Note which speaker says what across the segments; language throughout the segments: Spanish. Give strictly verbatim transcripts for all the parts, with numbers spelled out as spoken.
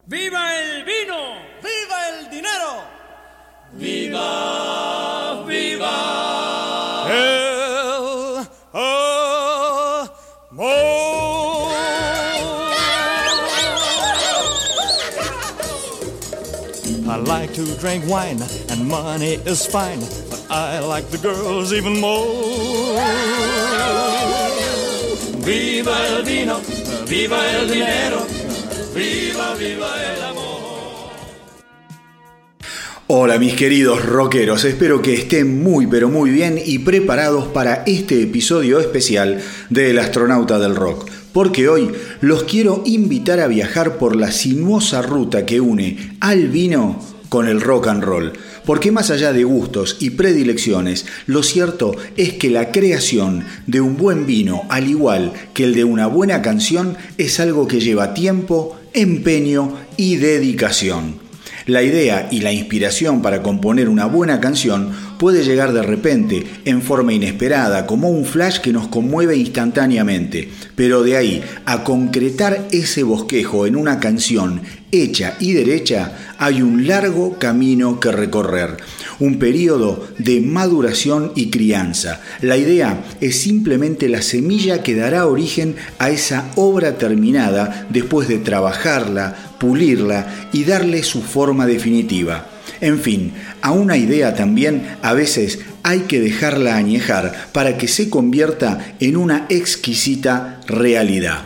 Speaker 1: ¡Viva el vino!
Speaker 2: ¡Viva el dinero!
Speaker 1: ¡Viva, viva
Speaker 2: el amor! I like to drink wine and money is fine, but I like the girls even more.
Speaker 1: ¡Viva el vino! ¡Viva el dinero! ¡Viva, viva el amor!
Speaker 3: Hola mis queridos rockeros, espero que estén muy pero muy bien y preparados para este episodio especial de El Astronauta del Rock, porque hoy los quiero invitar a viajar por la sinuosa ruta que une al vino con el rock and roll. Porque más allá de gustos y predilecciones, lo cierto es que la creación de un buen vino, al igual que el de una buena canción, es algo que lleva tiempo, empeño y dedicación. La idea y la inspiración para componer una buena canción puede llegar de repente, en forma inesperada, como un flash que nos conmueve instantáneamente, pero de ahí a concretar ese bosquejo en una canción hecha y derecha, hay un largo camino que recorrer, un periodo de maduración y crianza. La idea es simplemente la semilla que dará origen a esa obra terminada después de trabajarla, pulirla y darle su forma definitiva. En fin, a una idea también a veces hay que dejarla añejar para que se convierta en una exquisita realidad.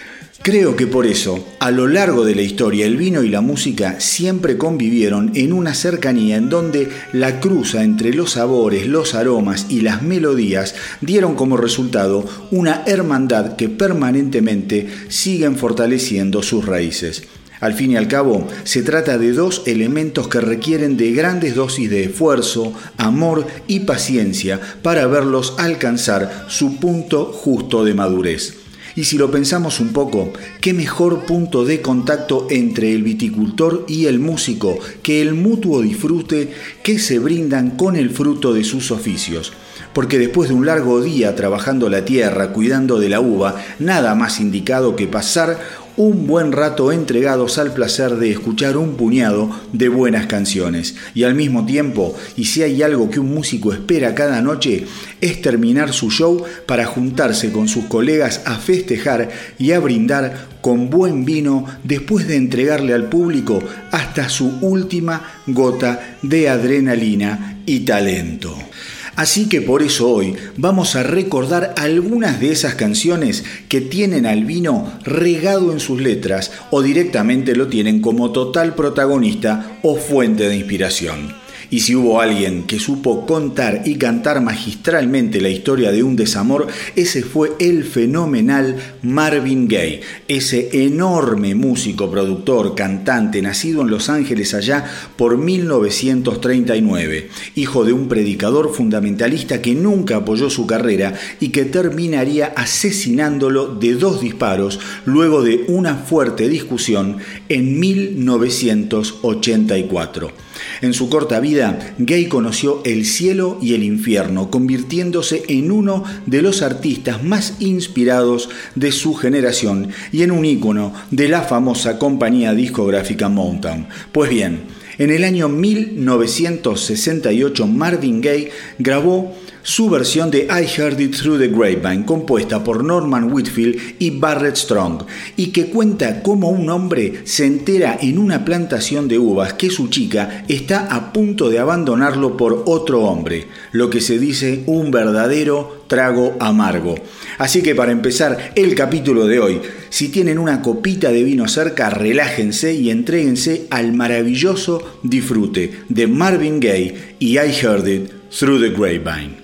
Speaker 3: Creo que por eso, a lo largo de la historia, el vino y la música siempre convivieron en una cercanía en donde la cruza entre los sabores, los aromas y las melodías dieron como resultado una hermandad que permanentemente siguen fortaleciendo sus raíces. Al fin y al cabo, se trata de dos elementos que requieren de grandes dosis de esfuerzo, amor y paciencia para verlos alcanzar su punto justo de madurez. Y si lo pensamos un poco, ¿qué mejor punto de contacto entre el viticultor y el músico que el mutuo disfrute que se brindan con el fruto de sus oficios? Porque después de un largo día trabajando la tierra, cuidando de la uva, nada más indicado que pasar un buen rato entregados al placer de escuchar un puñado de buenas canciones. Y al mismo tiempo, y si hay algo que un músico espera cada noche, es terminar su show para juntarse con sus colegas a festejar y a brindar con buen vino después de entregarle al público hasta su última gota de adrenalina y talento. Así que por eso hoy vamos a recordar algunas de esas canciones que tienen al vino regado en sus letras o directamente lo tienen como total protagonista o fuente de inspiración. Y si hubo alguien que supo contar y cantar magistralmente la historia de un desamor, ese fue el fenomenal Marvin Gaye, ese enorme músico, productor, cantante, nacido en Los Ángeles allá por mil novecientos treinta y nueve, hijo de un predicador fundamentalista que nunca apoyó su carrera y que terminaría asesinándolo de dos disparos luego de una fuerte discusión en mil novecientos ochenta y cuatro. En su corta vida, Gaye conoció el cielo y el infierno, convirtiéndose en uno de los artistas más inspirados de su generación y en un ícono de la famosa compañía discográfica Motown. Pues bien, en el año mil novecientos sesenta y ocho, Marvin Gaye grabó su versión de I Heard It Through the Grapevine, compuesta por Norman Whitfield y Barrett Strong, y que cuenta cómo un hombre se entera en una plantación de uvas que su chica está a punto de abandonarlo por otro hombre, lo que se dice un verdadero trago amargo. Así que para empezar el capítulo de hoy, si tienen una copita de vino cerca, relájense y entréguense al maravilloso disfrute de Marvin Gaye y I Heard It Through the Grapevine.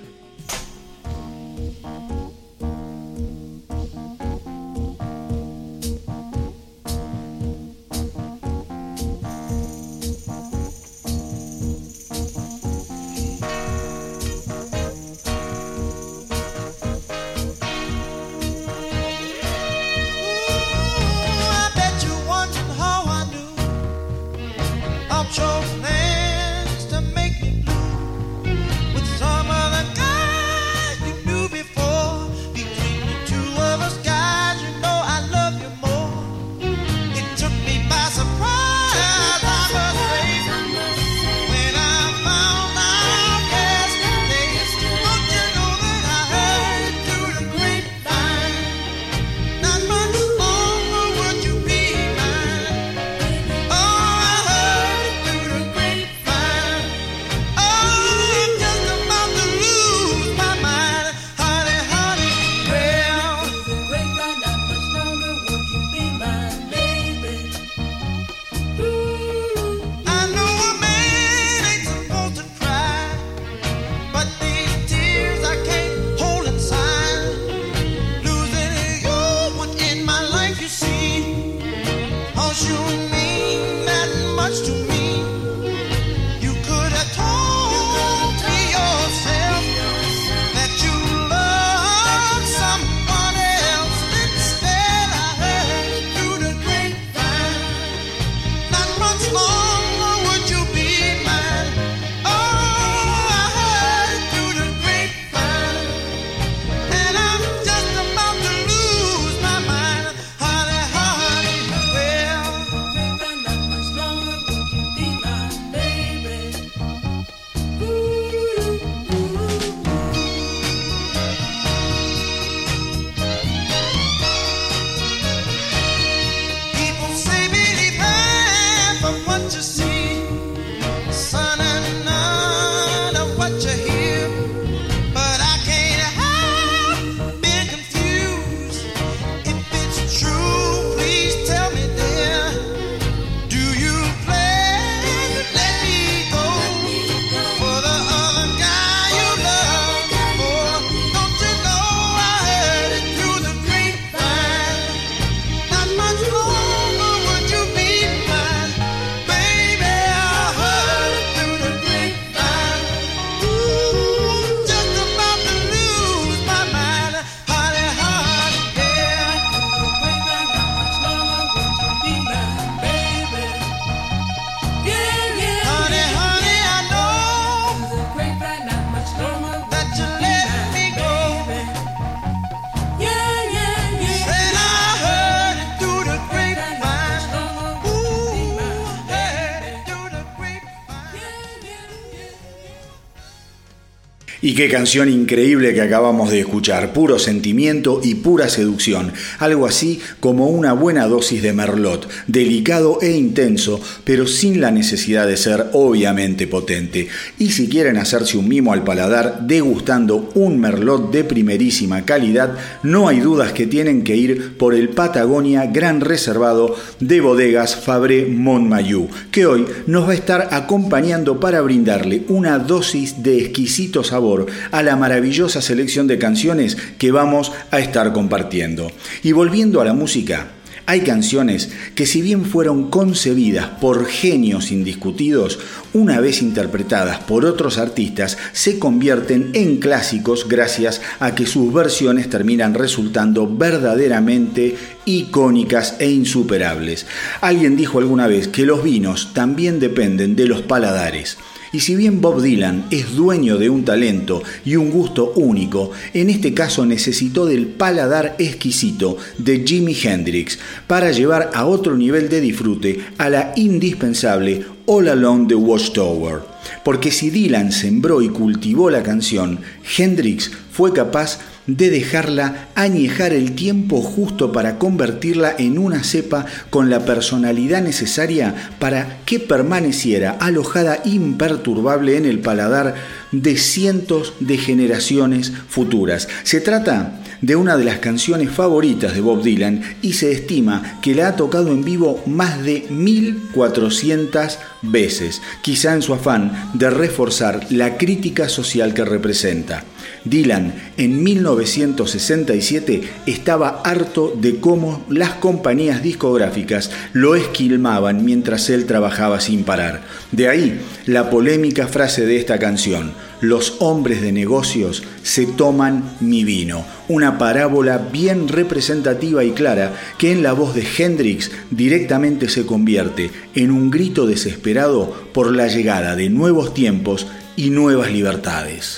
Speaker 4: Surprise!
Speaker 3: Y qué canción increíble que acabamos de escuchar, puro sentimiento y pura seducción, algo así como una buena dosis de Merlot, delicado e intenso, pero sin la necesidad de ser obviamente potente. Y si quieren hacerse un mimo al paladar degustando un Merlot de primerísima calidad, no hay dudas que tienen que ir por el Patagonia Gran Reservado de Bodegas Fabré Montmayou, que hoy nos va a estar acompañando para brindarle una dosis de exquisito sabor a la maravillosa selección de canciones que vamos a estar compartiendo. Y volviendo a la música, hay canciones que, si bien fueron concebidas por genios indiscutidos, una vez interpretadas por otros artistas, se convierten en clásicos gracias a que sus versiones terminan resultando verdaderamente icónicas e insuperables. Alguien dijo alguna vez que los vinos también dependen de los paladares. Y si bien Bob Dylan es dueño de un talento y un gusto único, en este caso necesitó del paladar exquisito de Jimi Hendrix para llevar a otro nivel de disfrute a la indispensable All Along the Watchtower. Porque si Dylan sembró y cultivó la canción, Hendrix fue capaz de dejarla añejar el tiempo justo para convertirla en una cepa con la personalidad necesaria para que permaneciera alojada imperturbable en el paladar de cientos de generaciones futuras. Se trata de una de las canciones favoritas de Bob Dylan y se estima que la ha tocado en vivo más de mil cuatrocientas veces, quizá en su afán de reforzar la crítica social que representa. Dylan en mil novecientos sesenta y siete estaba harto de cómo las compañías discográficas lo esquilmaban mientras él trabajaba sin parar. De ahí la polémica frase de esta canción: los hombres de negocios se toman mi vino, una parábola bien representativa y clara que en la voz de Hendrix directamente se convierte en un grito desesperado por la llegada de nuevos tiempos y nuevas libertades.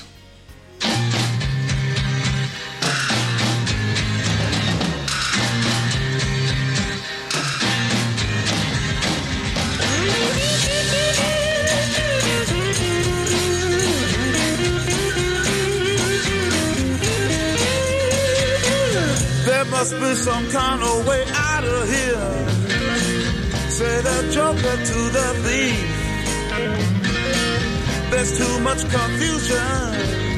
Speaker 4: Must be some kind of way out of here. Say the joker to the thief. There's too much confusion.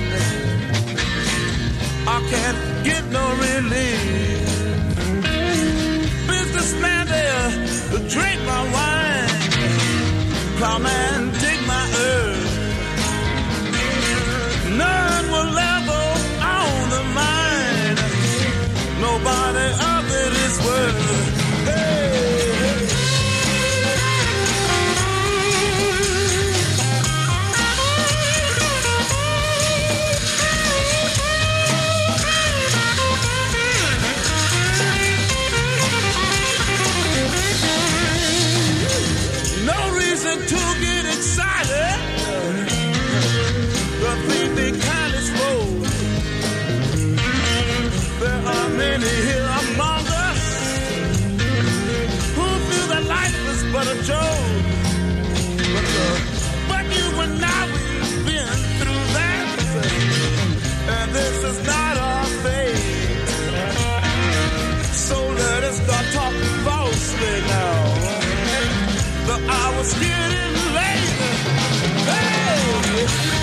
Speaker 4: I can't get no relief. Businessman there, drink my wine. Plowman, dig my earth. None will level on the mind. Nobody of it is worth. Hey. it's getting late. Hey!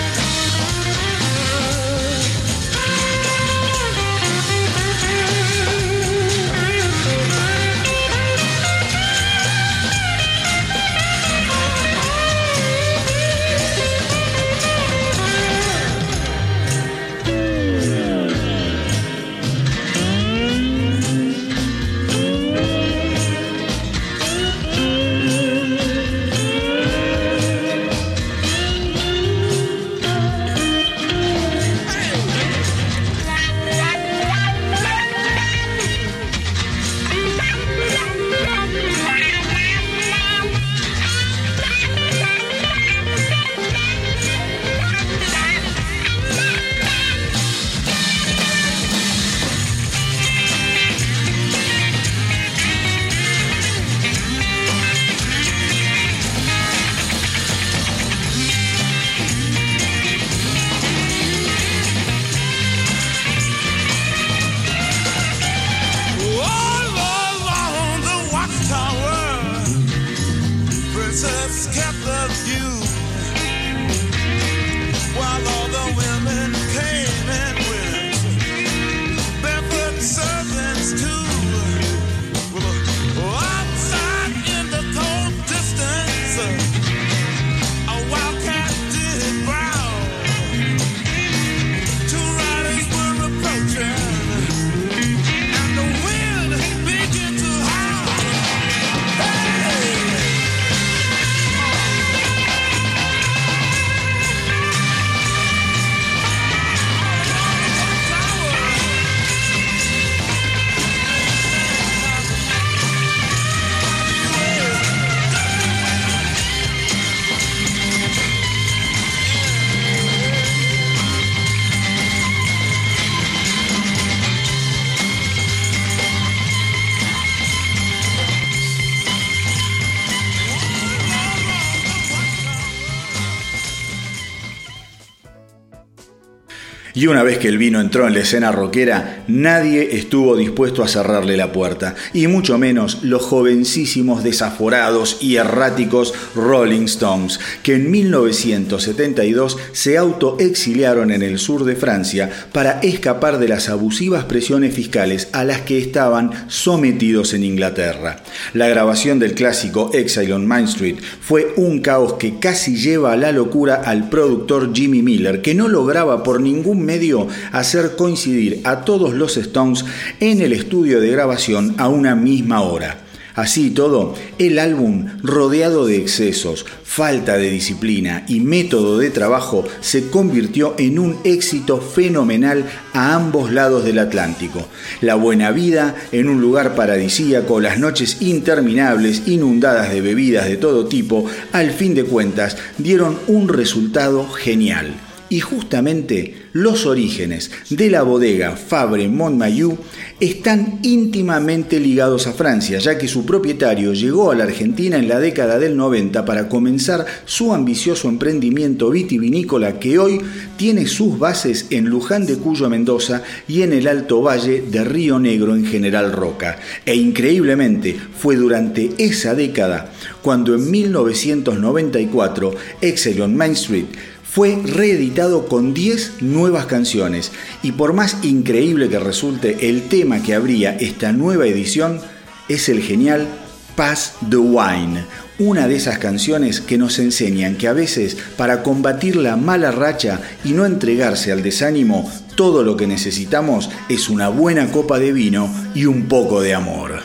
Speaker 3: Y una vez que el vino entró en la escena rockera, nadie estuvo dispuesto a cerrarle la puerta, y mucho menos los jovencísimos, desaforados y erráticos Rolling Stones, que en mil novecientos setenta y dos se autoexiliaron en el sur de Francia para escapar de las abusivas presiones fiscales a las que estaban sometidos en Inglaterra. La grabación del clásico Exile on Main Street fue un caos que casi lleva a la locura al productor Jimmy Miller, que no lograba por ningún medio hacer coincidir a todos los Stones en el estudio de grabación a una misma hora. Así y todo, el álbum, rodeado de excesos, falta de disciplina y método de trabajo, se convirtió en un éxito fenomenal a ambos lados del Atlántico. La buena vida en un lugar paradisíaco, las noches interminables inundadas de bebidas de todo tipo, al fin de cuentas dieron un resultado genial. Y justamente los orígenes de la bodega Fabre Montmayou están íntimamente ligados a Francia, ya que su propietario llegó a la Argentina en la década del noventa para comenzar su ambicioso emprendimiento vitivinícola que hoy tiene sus bases en Luján de Cuyo, Mendoza, y en el Alto Valle de Río Negro en General Roca. E increíblemente fue durante esa década cuando en mil novecientos noventa y cuatro Exile on Main Street fue reeditado con diez nuevas canciones, y por más increíble que resulte, el tema que abría esta nueva edición es el genial Pass the Wine, una de esas canciones que nos enseñan que a veces, para combatir la mala racha y no entregarse al desánimo, todo lo que necesitamos es una buena copa de vino y un poco de amor.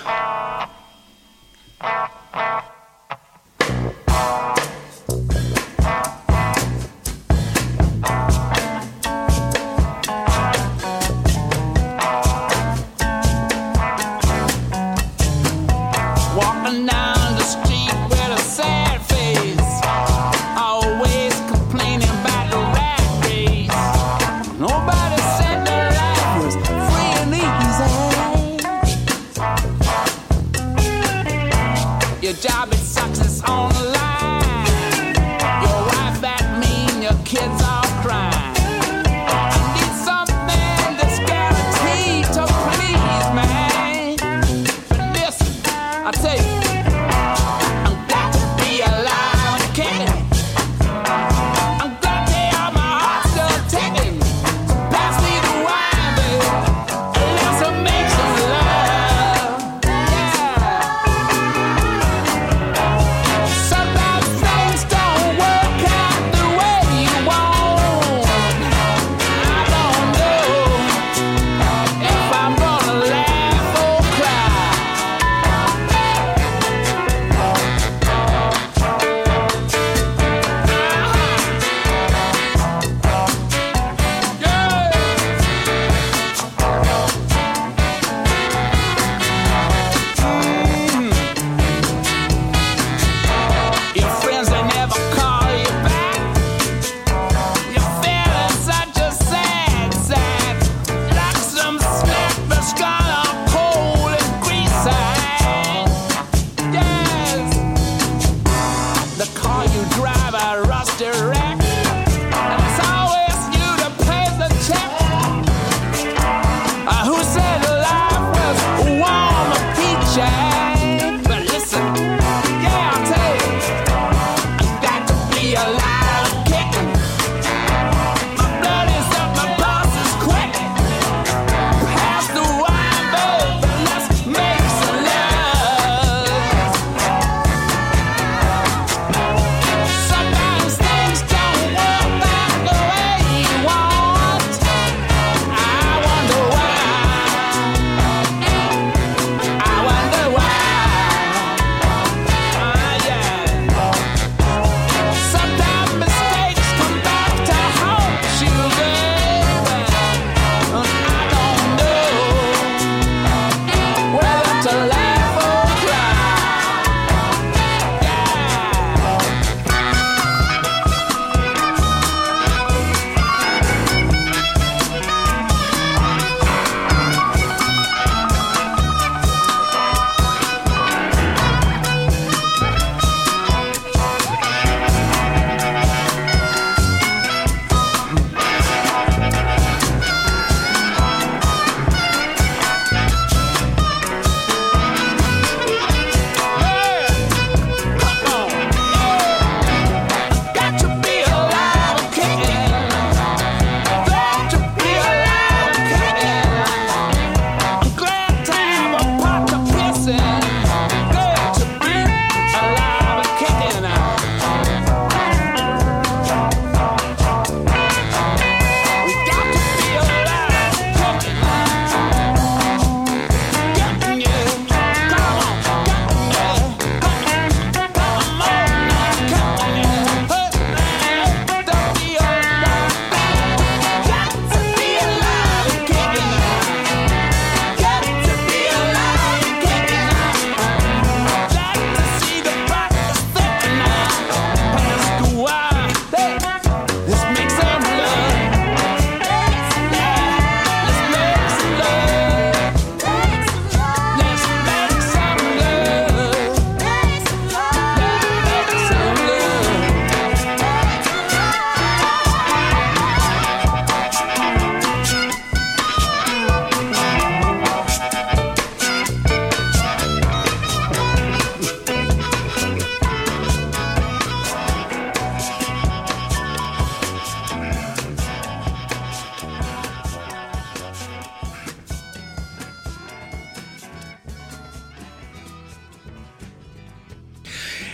Speaker 5: I tell you, I'm got to be alive.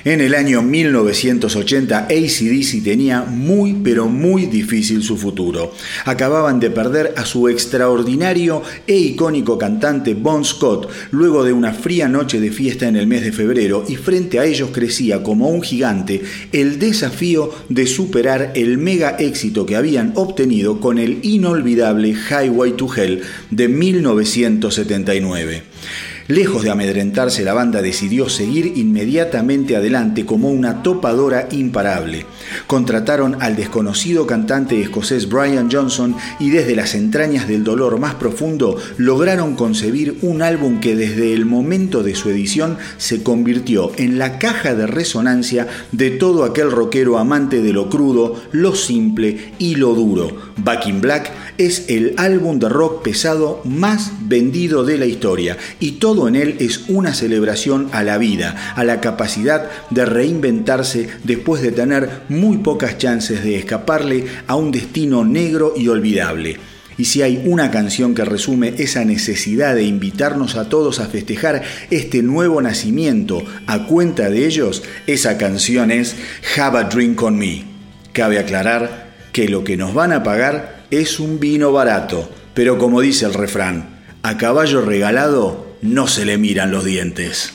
Speaker 3: En el año mil novecientos ochenta, A C D C tenía muy pero muy difícil su futuro. Acababan de perder a su extraordinario e icónico cantante Bon Scott luego de una fría noche de fiesta en el mes de febrero, y frente a ellos crecía como un gigante el desafío de superar el mega éxito que habían obtenido con el inolvidable Highway to Hell de mil novecientos setenta y nueve. Lejos de amedrentarse, la banda decidió seguir inmediatamente adelante como una topadora imparable. Contrataron al desconocido cantante escocés Brian Johnson y desde las entrañas del dolor más profundo lograron concebir un álbum que desde el momento de su edición se convirtió en la caja de resonancia de todo aquel rockero amante de lo crudo, lo simple y lo duro. Back in Black es el álbum de rock pesado más vendido de la historia, y todo en él es una celebración a la vida, a la capacidad de reinventarse después de tener muy pocas chances de escaparle a un destino negro y olvidable. Y si hay una canción que resume esa necesidad de invitarnos a todos a festejar este nuevo nacimiento a cuenta de ellos, esa canción es Have a Drink on Me. Cabe aclarar que lo que nos van a pagar es un vino barato, pero como dice el refrán, a caballo regalado no se le miran los dientes.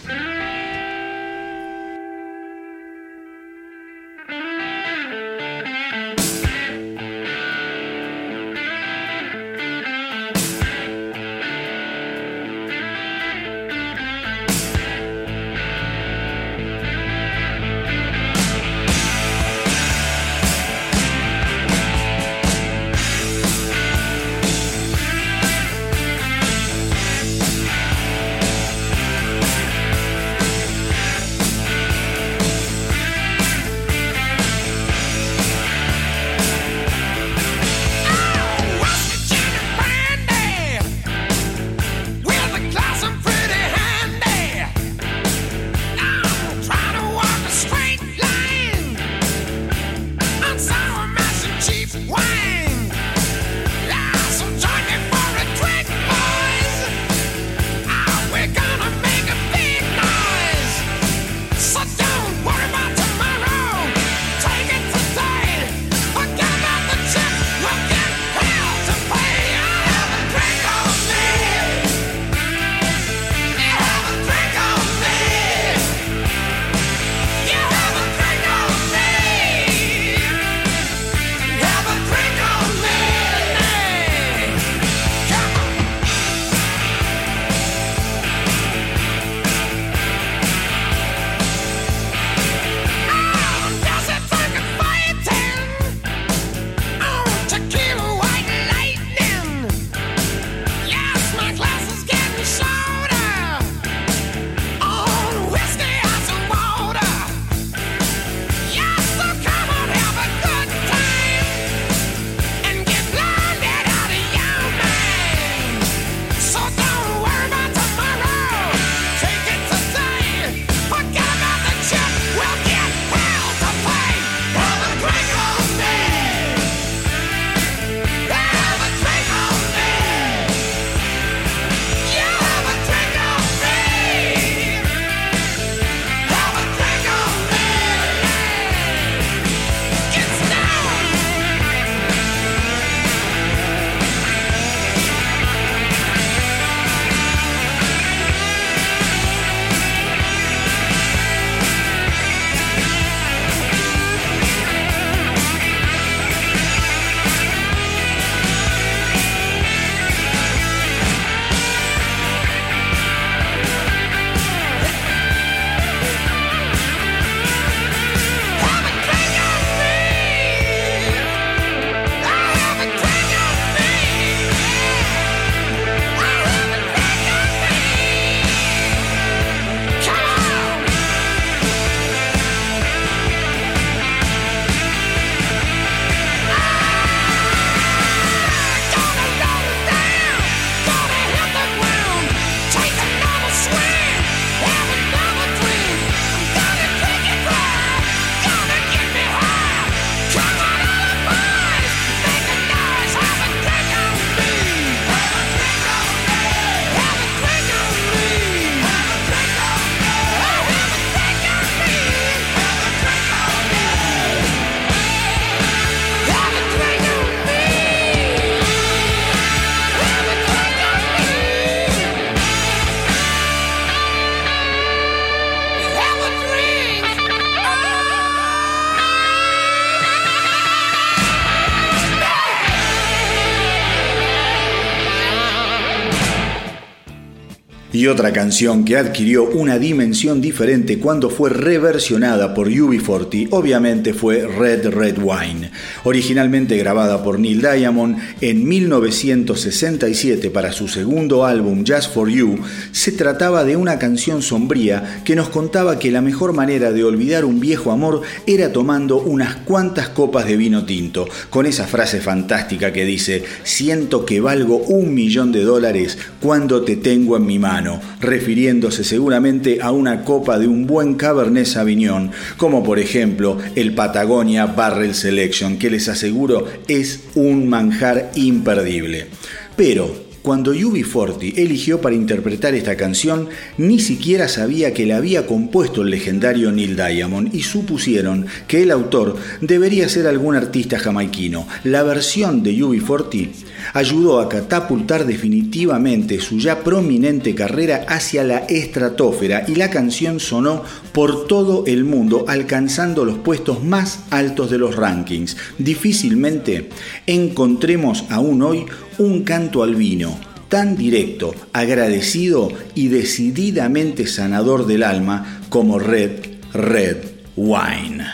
Speaker 3: Y otra canción que adquirió una dimensión diferente cuando fue reversionada por U B cuarenta obviamente fue Red Red Wine. Originalmente grabada por Neil Diamond en mil novecientos sesenta y siete para su segundo álbum Just For You, se trataba de una canción sombría que nos contaba que la mejor manera de olvidar un viejo amor era tomando unas cuantas copas de vino tinto, con esa frase fantástica que dice: siento que valgo un millón de dólares cuando te tengo en mi mano, refiriéndose seguramente a una copa de un buen Cabernet Sauvignon, como por ejemplo el Patagonia Barrel Selection, que les aseguro es un manjar imperdible. Pero cuando U B cuarenta eligió para interpretar esta canción, ni siquiera sabía que la había compuesto el legendario Neil Diamond y supusieron que el autor debería ser algún artista jamaiquino. La versión de U B cuarenta ayudó a catapultar definitivamente su ya prominente carrera hacia la estratosfera y la canción sonó por todo el mundo, alcanzando los puestos más altos de los rankings. Difícilmente encontremos aún hoy un canto al vino tan directo, agradecido y decididamente sanador del alma como Red Red Wine.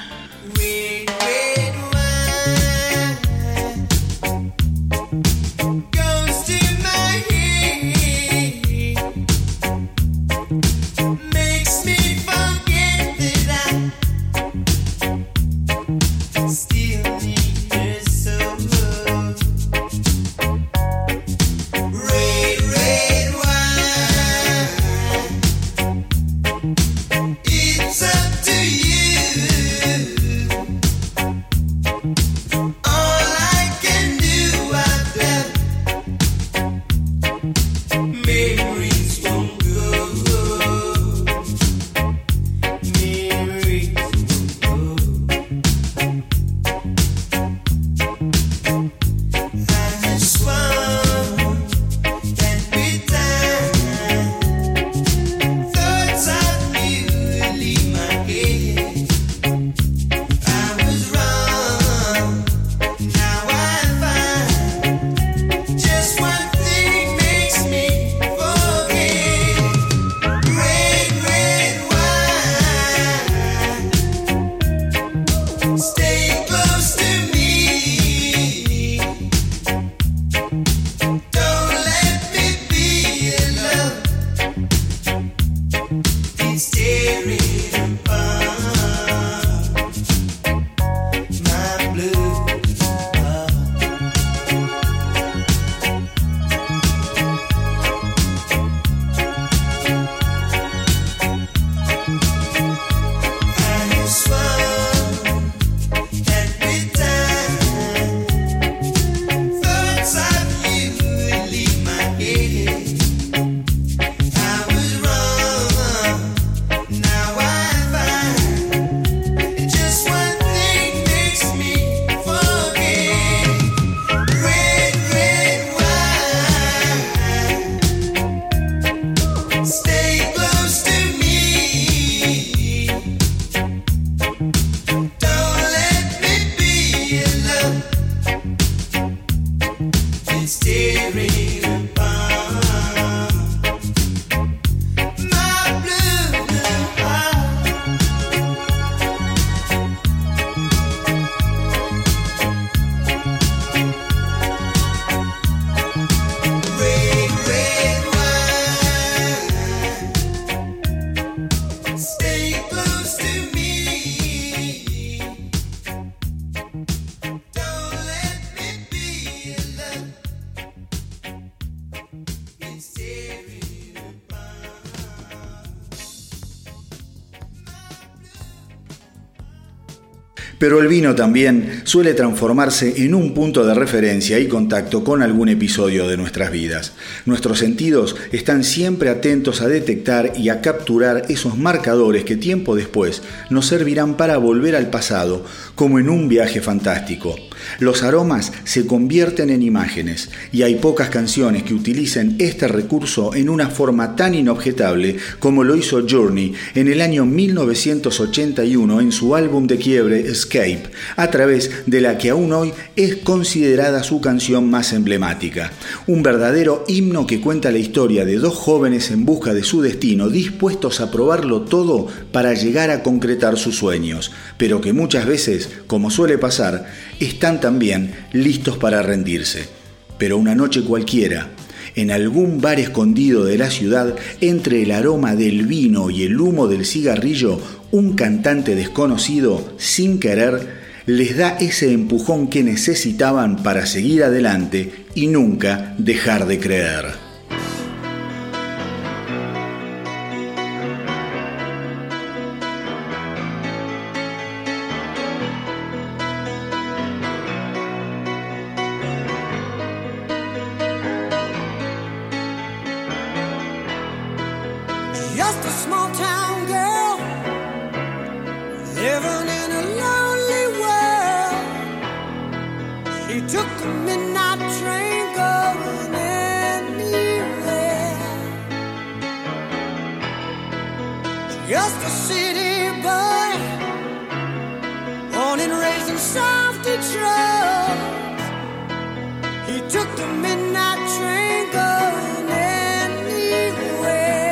Speaker 5: It's up to you.
Speaker 3: Pero el vino también suele transformarse en un punto de referencia y contacto con algún episodio de nuestras vidas. Nuestros sentidos están siempre atentos a detectar y a capturar esos marcadores que tiempo después nos servirán para volver al pasado, como en un viaje fantástico. Los aromas se convierten en imágenes y hay pocas canciones que utilicen este recurso en una forma tan inobjetable como lo hizo Journey en el año mil novecientos ochenta y uno en su álbum de quiebre Escape, a través de la que aún hoy es considerada su canción más emblemática. Un verdadero himno que cuenta la historia de dos jóvenes en busca de su destino, dispuestos a probarlo todo para llegar a concretar sus sueños, pero que muchas veces, como suele pasar, están también listos para rendirse. Pero una noche cualquiera, en algún bar escondido de la ciudad, entre el aroma del vino y el humo del cigarrillo, un cantante desconocido, sin querer, les da ese empujón que necesitaban para seguir adelante y nunca dejar de creer.
Speaker 6: Just a small town girl living in a lonely world. She took the midnight train going anywhere. Just a city boy, born and raised in South Detroit. He took the midnight train going anywhere.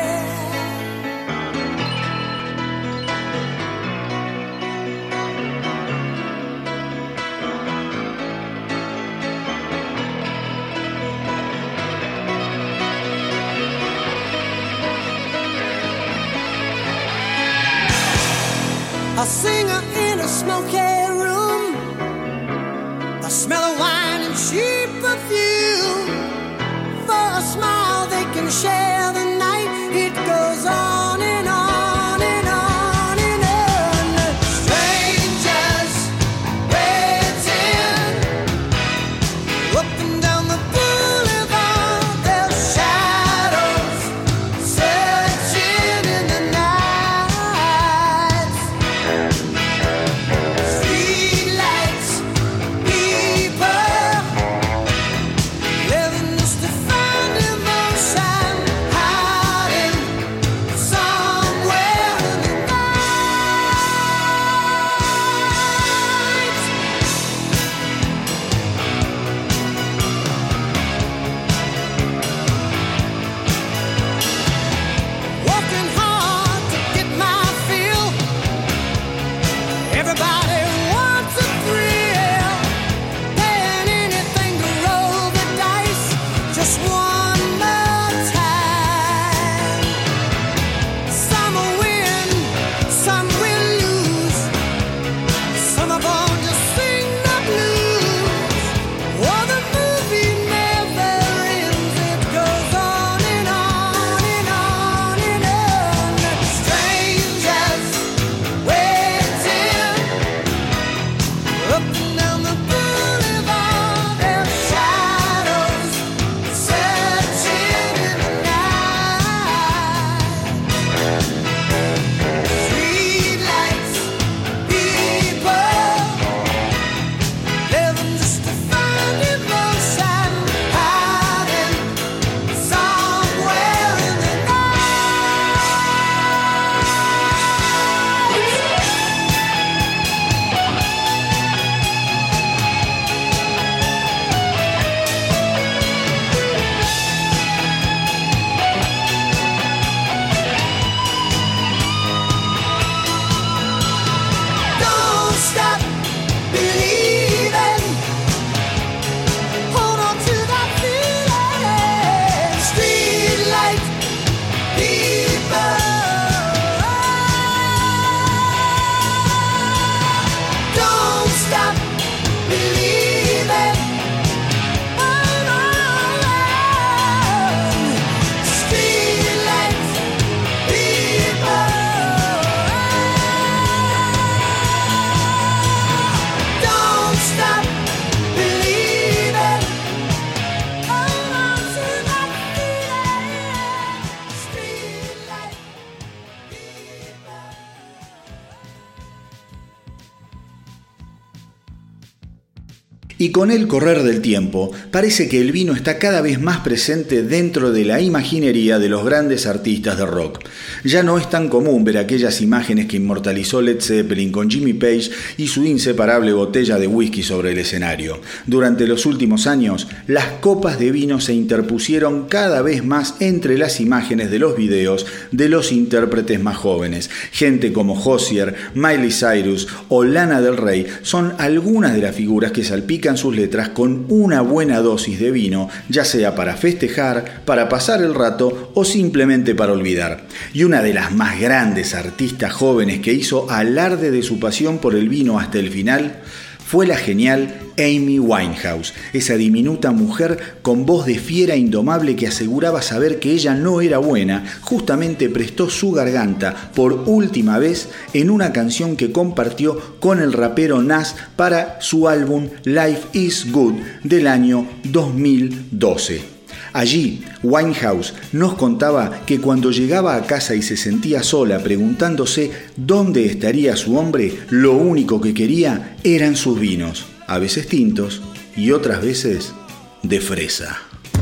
Speaker 6: A singer in a smoky room, a smell of wine and cheap perfume. For a smile they can share the night. It goes on and on and on and on. Strangers waiting up and down the boulevard. Their shadows searching in the night. Streetlights, people living just to find emotion.
Speaker 3: Y con el correr del tiempo, parece que el vino está cada vez más presente dentro de la imaginería de los grandes artistas de rock. Ya no es tan común ver aquellas imágenes que inmortalizó Led Zeppelin con Jimmy Page y su inseparable botella de whisky sobre el escenario. Durante los últimos años, las copas de vino se interpusieron cada vez más entre las imágenes de los videos de los intérpretes más jóvenes. Gente como Hozier, Miley Cyrus o Lana Del Rey son algunas de las figuras que salpican sus letras con una buena dosis de vino, ya sea para festejar, para pasar el rato o simplemente para olvidar. Y una de las más grandes artistas jóvenes que hizo alarde de su pasión por el vino hasta el final fue la genial Amy Winehouse, esa diminuta mujer con voz de fiera indomable que aseguraba saber que ella no era buena, justamente prestó su garganta por última vez en una canción que compartió con el rapero Nas para su álbum Life is Good del año dos mil doce. Allí, Winehouse nos contaba que cuando llegaba a casa y se sentía sola preguntándose dónde estaría su hombre, lo único que quería eran sus vinos, a veces tintos y otras veces de fresa.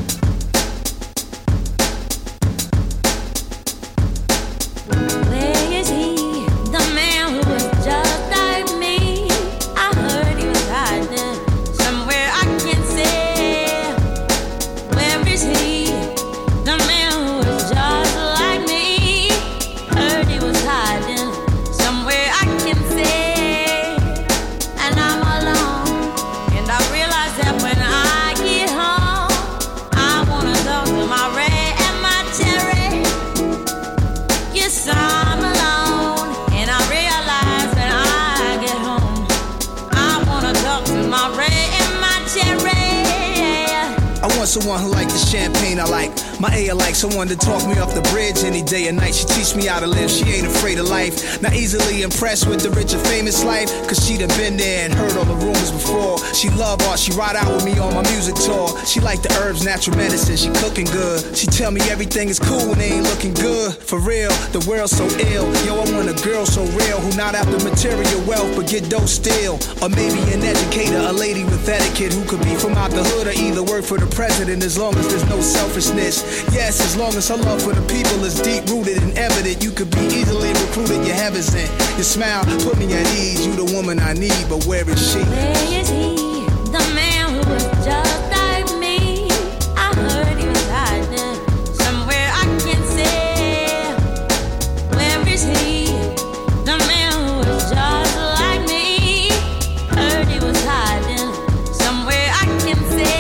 Speaker 7: Someone who like the champagne I like. My A I like someone to talk me off the bridge any day or night. She teach me how to live, she ain't afraid of life. Not easily impressed with the rich and famous life, cause she'd have been there and heard all the rumors before. She love art, she ride out with me on my music tour. She like the herbs, natural medicine, she cooking good. She tell me everything is cool when they ain't looking good. For real, the world's so ill. Yo, I want a girl so real, who not after material wealth but get dope still. Or maybe an educator, a lady with etiquette, who could be from out the hood or either work for the president, as long as there's no selfishness. Yes, as long as her love for the people is deep rooted and evident, you could be easily recruited, your heaven's in. Your smile put me at ease, you the woman I need, but where is she?
Speaker 8: Where is he, the man who was just like me? I heard he was hiding somewhere I can't say. Where is he, the man who was just like me? Heard he was hiding somewhere I can't say.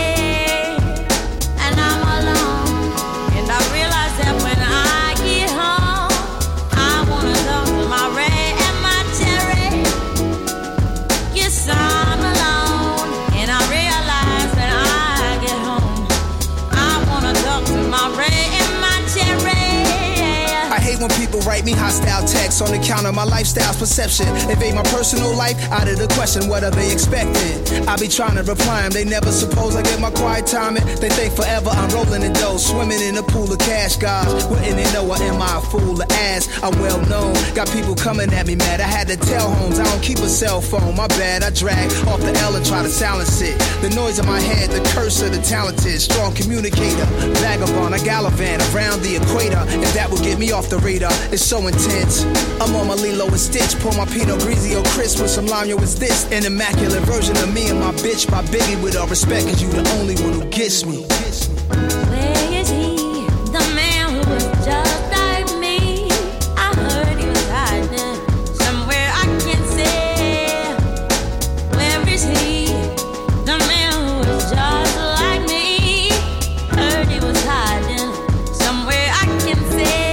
Speaker 7: When people write me hostile texts on account of my lifestyle's perception, evade my personal life out of the question, what are they expecting? I be trying to reply them, they never suppose I get my quiet time in. They think forever I'm rolling in dough, swimming in a pool of cash, guys. Wouldn't they know, or am I a fool to ask? I'm well known, got people coming at me mad. I had to tell homes I don't keep a cell phone, my bad. I drag off the L and try to silence it. The noise in my head, the curse of the talented, strong communicator, vagabond, I gallivant around the equator, and that would get me off the radar. It's so intense. I'm on my Lilo and Stitch, pour my Pinot Grigio crisp with some lime. Yo, it's this an immaculate version of me and my bitch. My Biggie, with all respect, cause you the only one who gets me.
Speaker 8: Where is he, the man who was just like me? I heard he was hiding somewhere I can't say. Where is he, the man who was just like me? Heard he was hiding somewhere I can't say.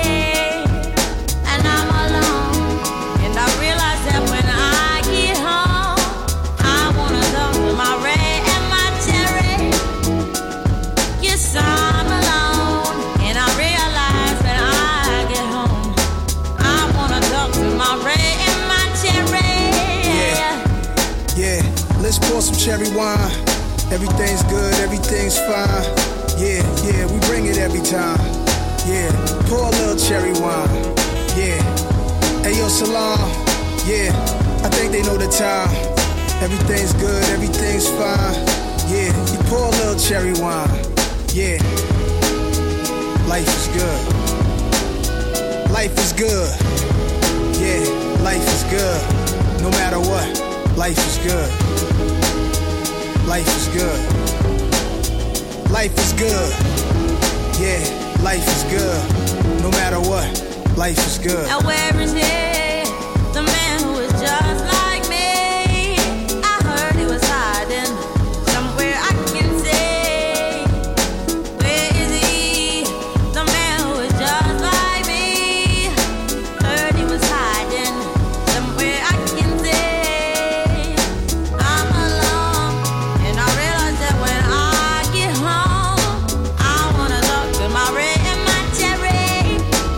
Speaker 7: Let's pour some cherry wine. Everything's good, everything's fine. Yeah, yeah, we bring it every time. Yeah, pour a little cherry wine. Yeah, hey yo, Salam. Yeah, I think they know the time. Everything's good, everything's fine. Yeah, you pour a little cherry wine. Yeah, life is good. Life is good. Yeah, life is good. No matter what, life is good. Life is good. Life is good. Yeah, life is good. No matter what, life is good.
Speaker 8: Now where is he, the man who is just like me? I heard he was hiding somewhere I can see. Where is he, the man who is just like me? Heard he was hiding somewhere I can see. I'm alone, and I realize that when I get home, I wanna talk to my red and my cherry.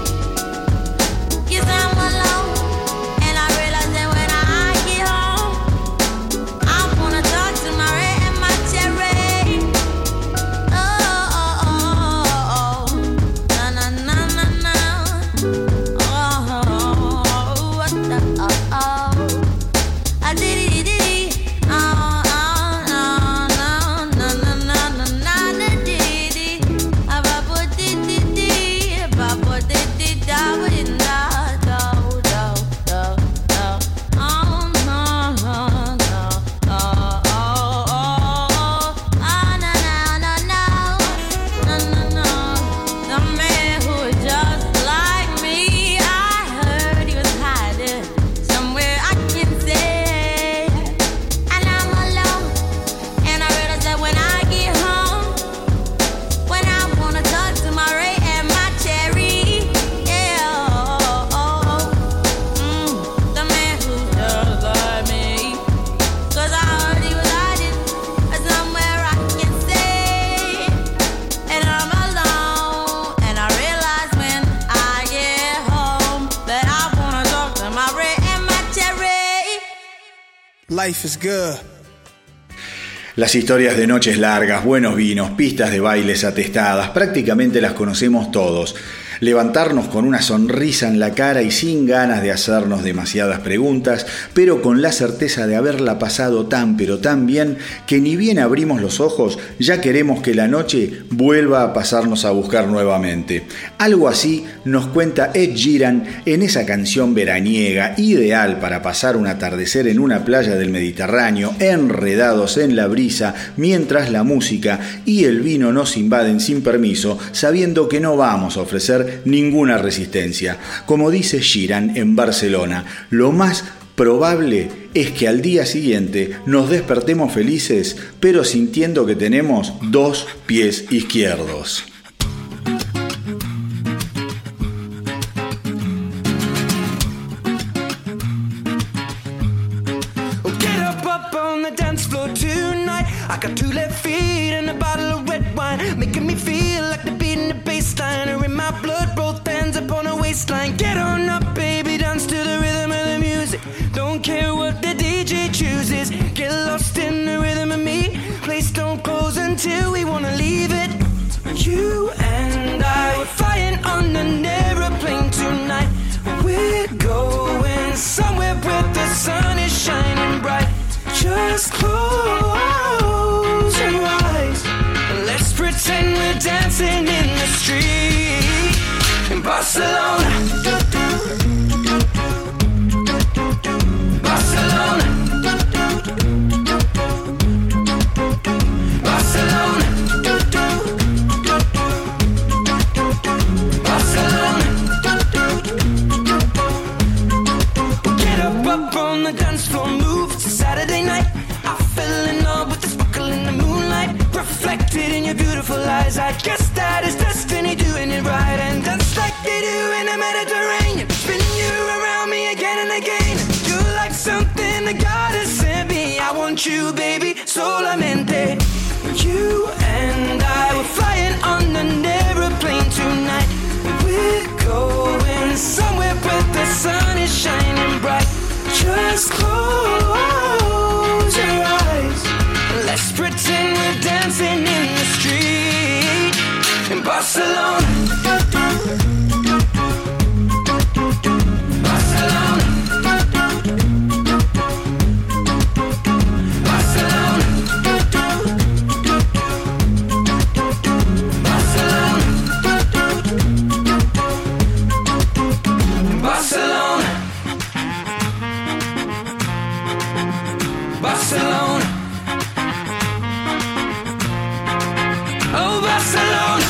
Speaker 8: Yes, I'm alone, and I realize that when I get home, I wanna talk to my red and my cherry. Oh, oh, oh, oh, na na na na na. Oh, oh, oh, oh, oh. I did it, did it. Oh, oh, no, no, no, no, no, no, no, did it. I put it, did it. I put it, did it. I put it, do, do, do, do. Oh, no, no, no. Oh, oh, oh, oh. Ah, no, no, no, no. No, no, no. The man who is just like me. I heard he was hiding somewhere I can see. And I'm alone, and I realize that when I get home, when I wanna talk to my Ray and my Cherry, yeah, oh, oh, oh, mm, the man who's just like me. 'Cause I heard he was hiding somewhere I can see. And I'm alone, and I realize when I get home that I wanna talk to my Ray and my Cherry.
Speaker 7: Life is good.
Speaker 3: Las historias de noches largas, buenos vinos, pistas de bailes atestadas, prácticamente las conocemos todos. Levantarnos con una sonrisa en la cara y sin ganas de hacernos demasiadas preguntas, pero con la certeza de haberla pasado tan pero tan bien que ni bien abrimos los ojos ya queremos que la noche vuelva a pasarnos a buscar nuevamente. Algo así nos cuenta Ed Sheeran en esa canción veraniega, ideal para pasar un atardecer en una playa del Mediterráneo, enredados en la brisa, mientras la música y el vino nos invaden sin permiso, sabiendo que no vamos a ofrecer ninguna resistencia. Como dice Sheeran en Barcelona, lo más probable es que al día siguiente nos despertemos felices, pero sintiendo que tenemos dos pies izquierdos.
Speaker 9: Get up, up on the dance floor tonight. I got two left feet and a bottle of red wine, making me feel like the beat in the bassline are in my blood. Both hands up on the waistline. Get on up, baby, dance to the rhythm of the music. Don't care what the D J chooses. Get lost in the rhythm of me. Place don't close until we wanna leave it. You and I were flying on an aeroplane tonight. We're going somewhere where the sun is shining bright. Just close your eyes and let's pretend we're dancing in the street in Barcelona. Barcelona. Barcelona. Barcelona. Get up, up on the dance floor, move. It's a Saturday night. I fell in love with the sparkle in the moonlight, reflected in your beautiful eyes. I guess that is destiny doing it right. And dance like they do in the Mediterranean, spinning you around me again and again. You're like something that God has sent me. I want you, baby, solamente. You and I were flying on an aeroplane tonight. We're going somewhere where the sun is shining bright. Just close your eyes. Let's pretend we're dancing in the street in Barcelona. Barcelona. Barcelona. Oh, Barcelona.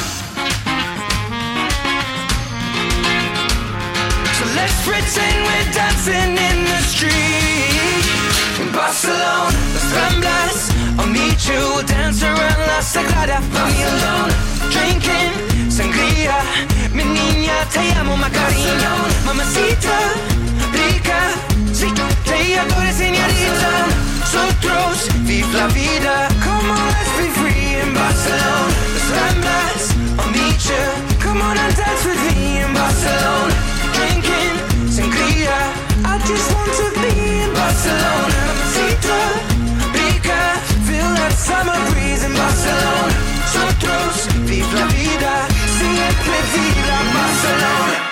Speaker 9: So let's pretend we're dancing in the street. In Barcelona, Las Ramblas, I'll meet you, we'll dance around La Sagrada Familia. Drinking sangria, mi niña, te amo, Macarena. Mamacita, rica, sí, te adoro, señorita. Nosotros, vive la vida, come on, let's be free in Barcelona. Las Ramblas, I'll meet you, come on and dance with me in Barcelona. Drinking sangria, I just want to be in Barcelona. Mamacita, rica, feel that summer breeze in Barcelona. Nosotros, vive la vida, siempre viva Barcelona.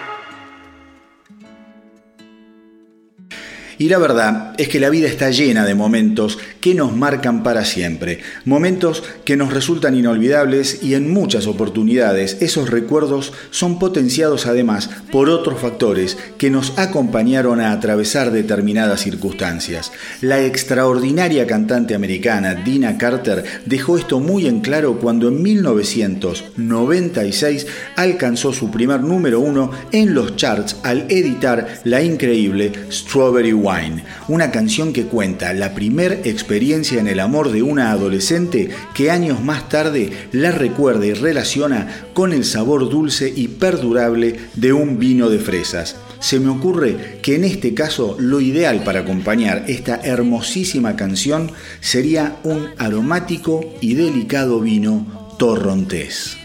Speaker 3: Y la verdad es que la vida está llena de momentos que nos marcan para siempre, momentos que nos resultan inolvidables y en muchas oportunidades esos recuerdos son potenciados además por otros factores que nos acompañaron a atravesar determinadas circunstancias. La extraordinaria cantante americana Tina Carter dejó esto muy en claro cuando en mil novecientos noventa y seis alcanzó su primer número uno en los charts al editar la increíble Strawberry Wine. Wine, una canción que cuenta la primer experiencia en el amor de una adolescente que años más tarde la recuerda y relaciona con el sabor dulce y perdurable de un vino de fresas. Se me ocurre que en este caso lo ideal para acompañar esta hermosísima canción sería un aromático y delicado vino torrontés.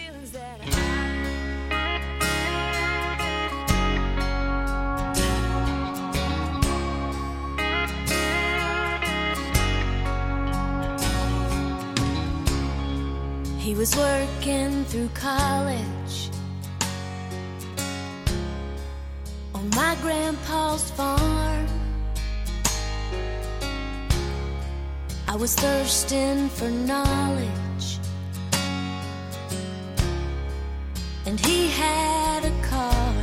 Speaker 8: He was working through college on my grandpa's farm. I was thirsting for knowledge, and he had a car.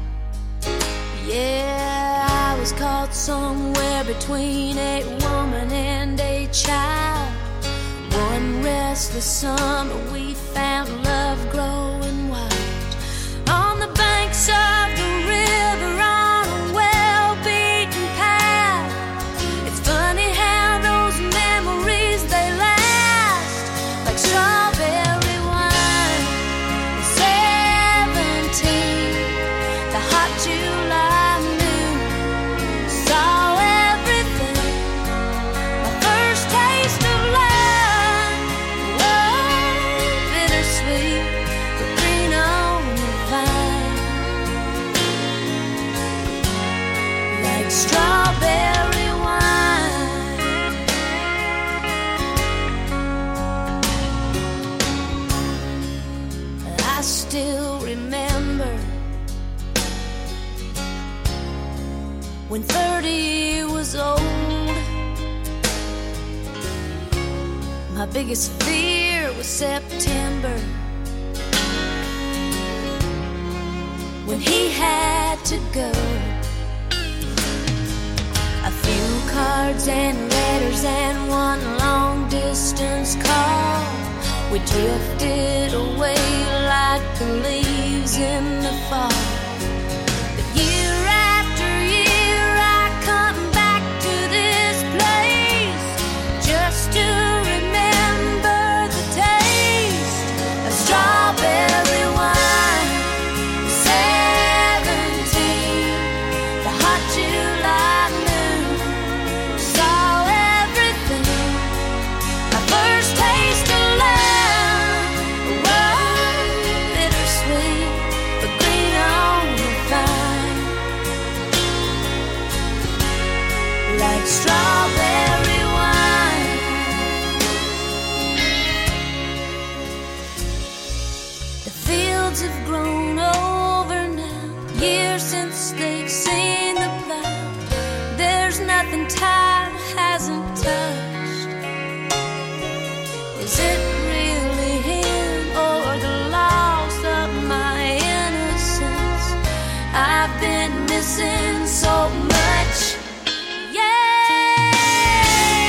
Speaker 8: Yeah, I was caught somewhere between a woman and a child. One restless summer we found love growing wild on the banks of the river on a well-beaten path. It's funny how those memories, they last like strawberry wine. Seventeen, the hot July moon saw everything. My first taste of love, strawberry wine. I still remember when thirty was old. My biggest fear was September, when he had to go. A few cards and letters and one long distance call. We drifted away like the leaves in the fall. But year after year I come back to this place just to remember the taste of strawberry wine. Seventeen, the hot July strawberry wine. The fields have grown over now, years since they've seen the plow. There's nothing time hasn't touched. Is it really him or the loss of my innocence? I've been missing so much. Yeah.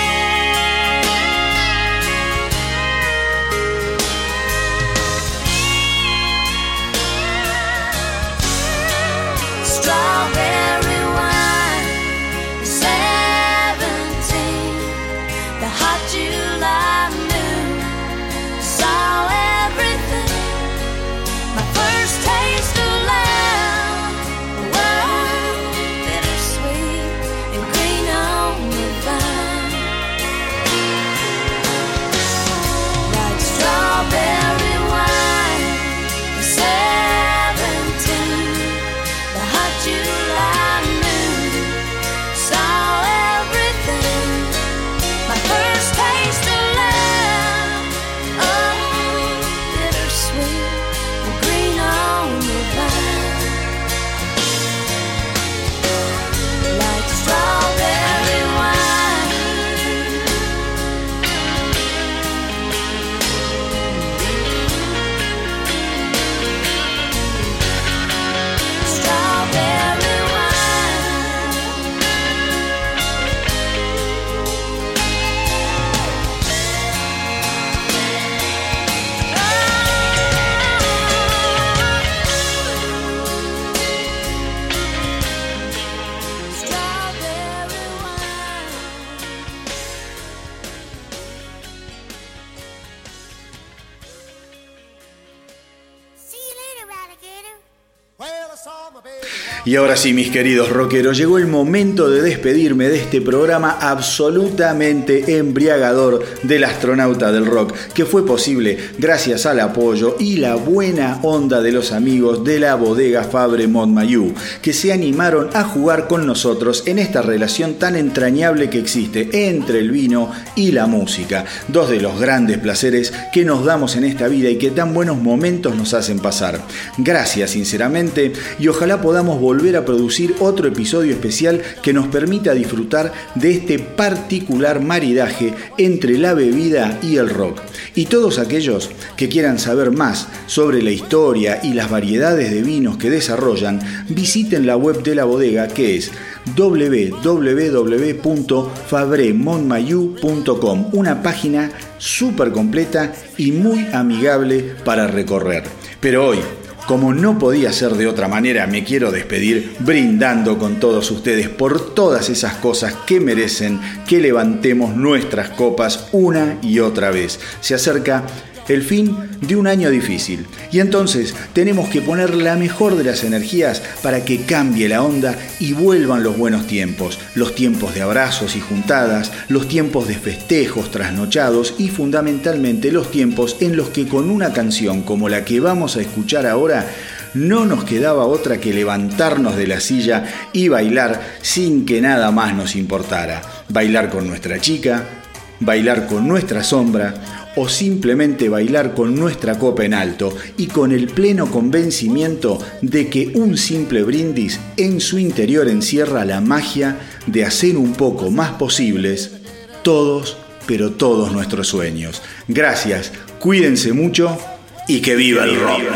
Speaker 3: Y ahora sí, mis queridos rockeros, llegó el momento de despedirme de este programa absolutamente embriagador del astronauta del rock, que fue posible gracias al apoyo y la buena onda de los amigos de la bodega Fabre Montmayou, que se animaron a jugar con nosotros en esta relación tan entrañable que existe entre el vino y la música, dos de los grandes placeres que nos damos en esta vida y que tan buenos momentos nos hacen pasar. Gracias sinceramente, y ojalá podamos volver volver a producir otro episodio especial que nos permita disfrutar de este particular maridaje entre la bebida y el rock. Y todos aquellos que quieran saber más sobre la historia y las variedades de vinos que desarrollan, visiten la web de la bodega, que es doble u doble u doble u punto fabre montmayou punto com, una página súper completa y muy amigable para recorrer. Pero hoy, como no podía ser de otra manera, me quiero despedir brindando con todos ustedes por todas esas cosas que merecen que levantemos nuestras copas una y otra vez. Se acerca el fin de un año difícil y entonces tenemos que poner la mejor de las energías para que cambie la onda y vuelvan los buenos tiempos, los tiempos de abrazos y juntadas, los tiempos de festejos trasnochados y fundamentalmente los tiempos en los que con una canción como la que vamos a escuchar ahora no nos quedaba otra que levantarnos de la silla y bailar sin que nada más nos importara. Bailar con nuestra chica, bailar con nuestra sombra, o simplemente bailar con nuestra copa en alto y con el pleno convencimiento de que un simple brindis en su interior encierra la magia de hacer un poco más posibles todos, pero todos nuestros sueños. Gracias, cuídense mucho y que viva el rock.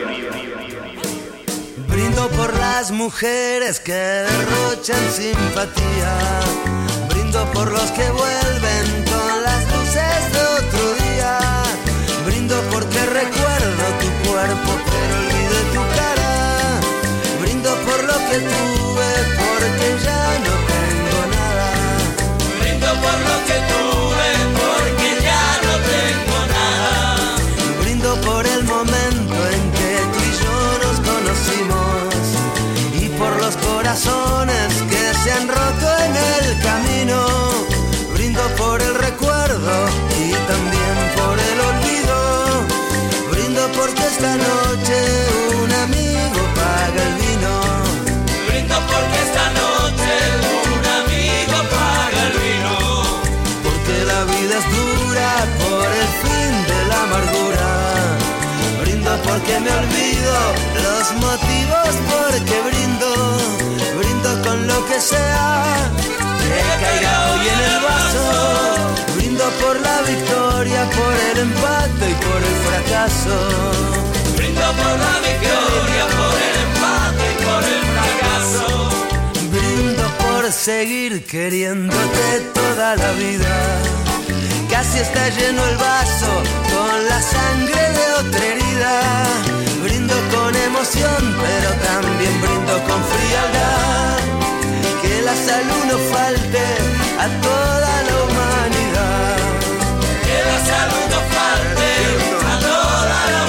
Speaker 10: Brindo por las mujeres que derrochan simpatía, brindo por los que vuelven con las luces de otro día. Brindo porque recuerdo tu cuerpo pero olvido tu cara. Brindo por lo que tuve porque ya no tengo nada.
Speaker 1: Brindo por lo que tuve porque ya no tengo nada.
Speaker 10: Brindo por el momento en que tú y yo nos conocimos y por los corazones que se han roto en el camino. Brindo por el recuerdo y también por el olvido. Brindo porque esta noche un amigo paga el vino.
Speaker 1: Brindo porque esta noche un amigo paga el vino.
Speaker 10: Porque la vida es dura por el fin de la amargura. Brindo porque me olvido los motivos porque brindo. Brindo con lo que sea que caiga hoy en el vaso. Brindo por la victoria, por el empate y por el fracaso.
Speaker 1: Brindo por la victoria, por el empate y por el fracaso.
Speaker 10: Brindo por seguir queriéndote toda la vida. Casi está lleno el vaso con la sangre de otra herida. Brindo con emoción, pero también brindo con frialdad. Que la salud no falte a toda la humanidad.
Speaker 1: Que la salud no falte a toda la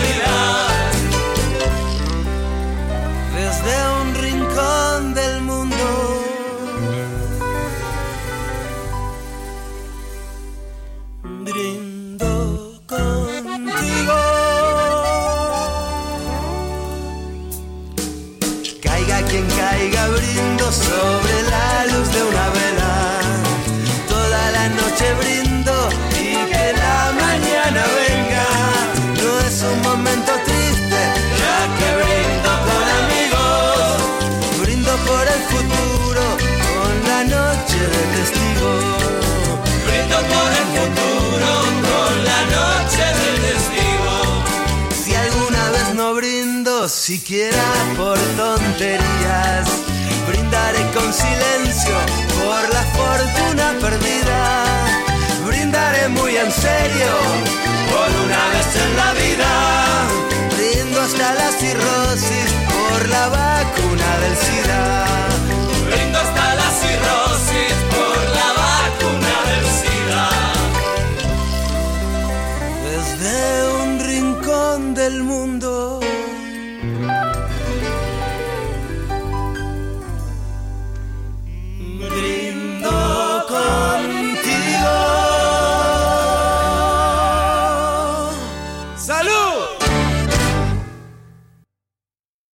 Speaker 1: humanidad.
Speaker 10: Desde un rincón del mundo brindo contigo. Caiga quien caiga, brindo sobre la luz de una vela. Toda la noche brindo y que la mañana venga. No es un momento triste, ya que brindo con amigos. Brindo por el futuro con la noche de testigo.
Speaker 1: Brindo por el futuro con la noche del testigo.
Speaker 10: Si alguna vez no brindo, siquiera por tonterías, brindaré con silencio por la fortuna perdida. Brindaré muy en serio por una vez en la vida. Brindo hasta la cirrosis por la vacuna del SIDA.
Speaker 1: Brindo hasta la cirrosis por la vacuna del SIDA.
Speaker 10: Desde un rincón del mundo